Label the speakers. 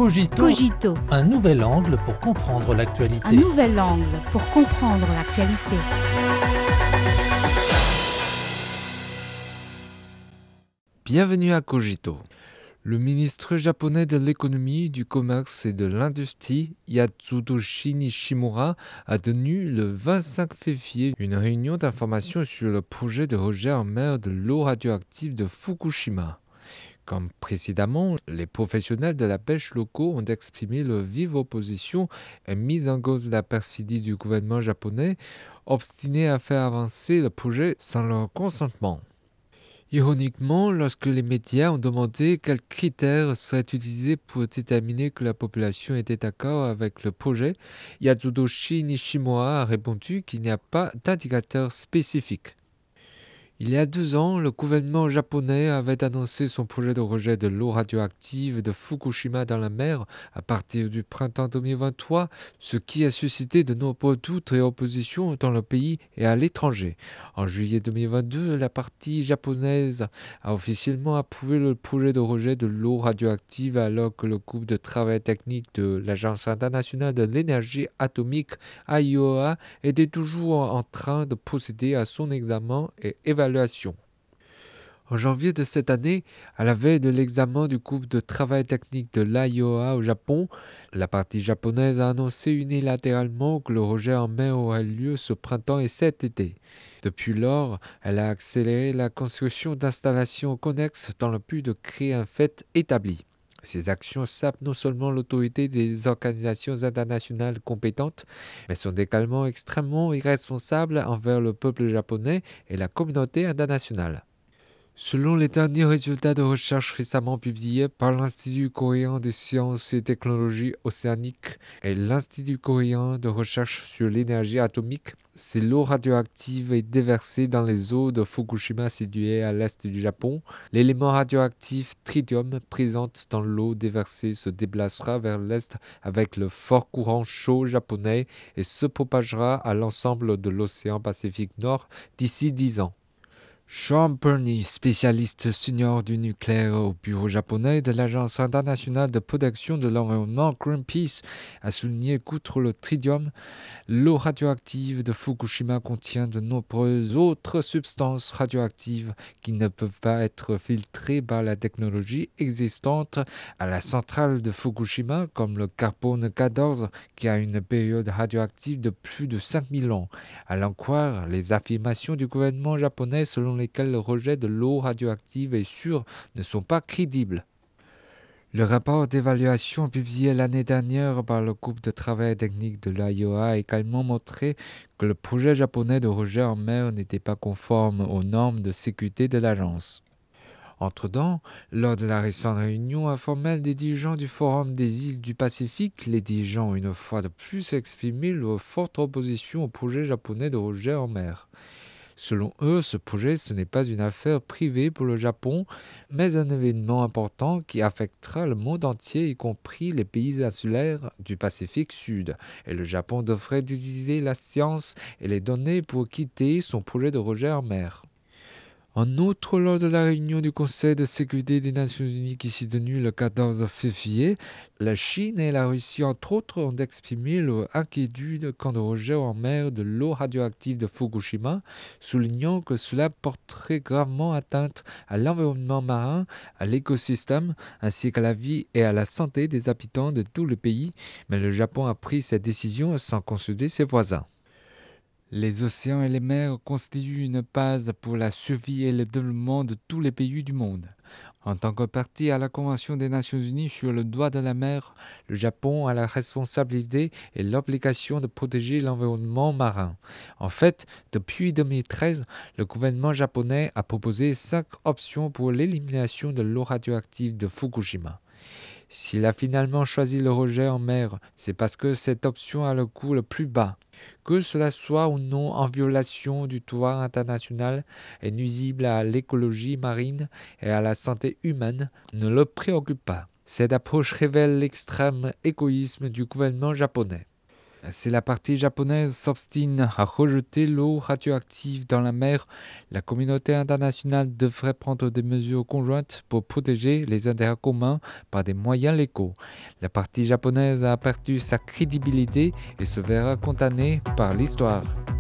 Speaker 1: Cogito,
Speaker 2: un nouvel angle pour comprendre l'actualité.
Speaker 1: un nouvel angle pour comprendre l'actualité.
Speaker 3: Bienvenue à Cogito. Le ministre japonais de l'économie, du commerce et de l'industrie, Yatsutoshi Nishimura, a tenu le 25 février une réunion d'information sur le projet de rejet en mer de l'eau radioactive de Fukushima. Comme précédemment, les professionnels de la pêche locaux ont exprimé leur vive opposition et mis en cause la perfidie du gouvernement japonais, obstiné à faire avancer le projet sans leur consentement. Ironiquement, lorsque les médias ont demandé quels critères seraient utilisés pour déterminer que la population était d'accord avec le projet, Yatsutoshi Nishimura a répondu qu'il n'y a pas d'indicateur spécifique. Il y a 2 ans, le gouvernement japonais avait annoncé son projet de rejet de l'eau radioactive de Fukushima dans la mer à partir du printemps 2023, ce qui a suscité de nombreux doutes et oppositions dans le pays et à l'étranger. En juillet 2022, la partie japonaise a officiellement approuvé le projet de rejet de l'eau radioactive alors que le groupe de travail technique de l'Agence internationale de l'énergie atomique (IAEA) était toujours en train de procéder à son examen et évaluation. En janvier de cette année, à la veille de l'examen du groupe de travail technique de l'IAEA au Japon, la partie japonaise a annoncé unilatéralement que le rejet en mer aurait lieu ce printemps et cet été. Depuis lors, elle a accéléré la construction d'installations connexes dans le but de créer un fait établi. Ces actions sapent non seulement l'autorité des organisations internationales compétentes, mais sont également extrêmement irresponsables envers le peuple japonais et la communauté internationale. Selon les derniers résultats de recherche récemment publiés par l'Institut coréen des sciences et technologies océaniques et l'Institut coréen de recherche sur l'énergie atomique, si l'eau radioactive est déversée dans les eaux de Fukushima situées à l'est du Japon, l'élément radioactif tritium présent dans l'eau déversée se déplacera vers l'est avec le fort courant chaud japonais et se propagera à l'ensemble de l'océan Pacifique Nord d'ici 10 ans. Sean Burney, spécialiste senior du nucléaire au bureau japonais de l'Agence internationale de protection de l'environnement Greenpeace, a souligné qu'outre le tritium, l'eau radioactive de Fukushima contient de nombreuses autres substances radioactives qui ne peuvent pas être filtrées par la technologie existante à la centrale de Fukushima, comme le carbone 14 qui a une période radioactive de plus de 5000 ans. À l'en croire les affirmations du gouvernement japonais selon lesquelles le rejet de l'eau radioactive est sûr ne sont pas crédibles. Le rapport d'évaluation publié l'année dernière par le groupe de travail technique de l'IAEA a également montré que le projet japonais de rejet en mer n'était pas conforme aux normes de sécurité de l'agence. Entre-temps, lors de la récente réunion informelle des dirigeants du Forum des îles du Pacifique, les dirigeants ont une fois de plus exprimé leur forte opposition au projet japonais de rejet en mer. Selon eux, ce projet, ce n'est pas une affaire privée pour le Japon, mais un événement important qui affectera le monde entier, y compris les pays insulaires du Pacifique Sud. Et le Japon devrait utiliser la science et les données pour quitter son projet de rejet en mer. En outre, lors de la réunion du Conseil de sécurité des Nations Unies qui s'est tenue le 14 février, la Chine et la Russie, entre autres, ont exprimé leur inquiétude quant au rejet en mer de l'eau radioactive de Fukushima, soulignant que cela porterait gravement atteinte à l'environnement marin, à l'écosystème, ainsi qu'à la vie et à la santé des habitants de tout le pays, mais le Japon a pris cette décision sans consulter ses voisins. Les océans et les mers constituent une base pour la survie et le développement de tous les pays du monde. En tant que partie à la Convention des Nations Unies sur le droit de la mer, le Japon a la responsabilité et l'obligation de protéger l'environnement marin. En fait, depuis 2013, le gouvernement japonais a proposé 5 options pour l'élimination de l'eau radioactive de Fukushima. S'il a finalement choisi le rejet en mer, c'est parce que cette option a le coût le plus bas. Que cela soit ou non en violation du droit international et nuisible à l'écologie marine et à la santé humaine ne le préoccupe pas. Cette approche révèle l'extrême égoïsme du gouvernement japonais. Si la partie japonaise s'obstine à rejeter l'eau radioactive dans la mer, la communauté internationale devrait prendre des mesures conjointes pour protéger les intérêts communs par des moyens légaux. La partie japonaise a perdu sa crédibilité et se verra condamnée par l'histoire.